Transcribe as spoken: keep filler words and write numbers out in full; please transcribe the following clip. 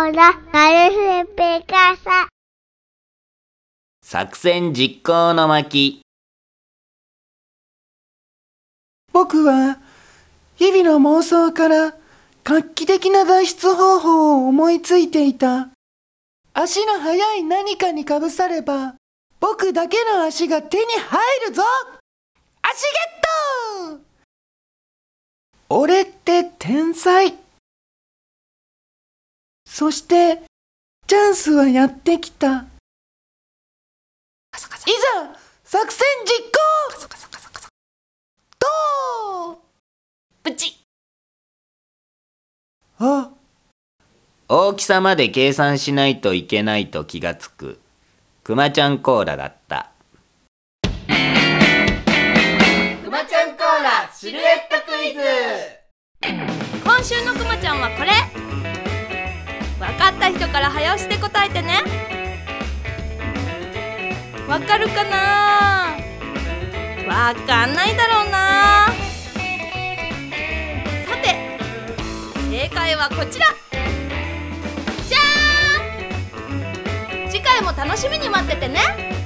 ラガルフペカサ。 作戦実行の巻。 僕は日々の妄想から画期的な脱出方法を思いついていた。足の速い何かにかぶされば僕だけの足が手に入るぞ。足ゲット。俺って天才。そしてチャンスはやってきた。いざ作戦実行。とプチあ大きさまで計算しないといけないと気がつくくまちゃんコーラだった。 くまちゃんコーラシルエットクイズ。 今週のくまちゃんはこれ。わかった人から早押しで答えてね。わかるかな？わかんないだろうな。さて正解はこちら。じゃーん。次回も楽しみに待っててね。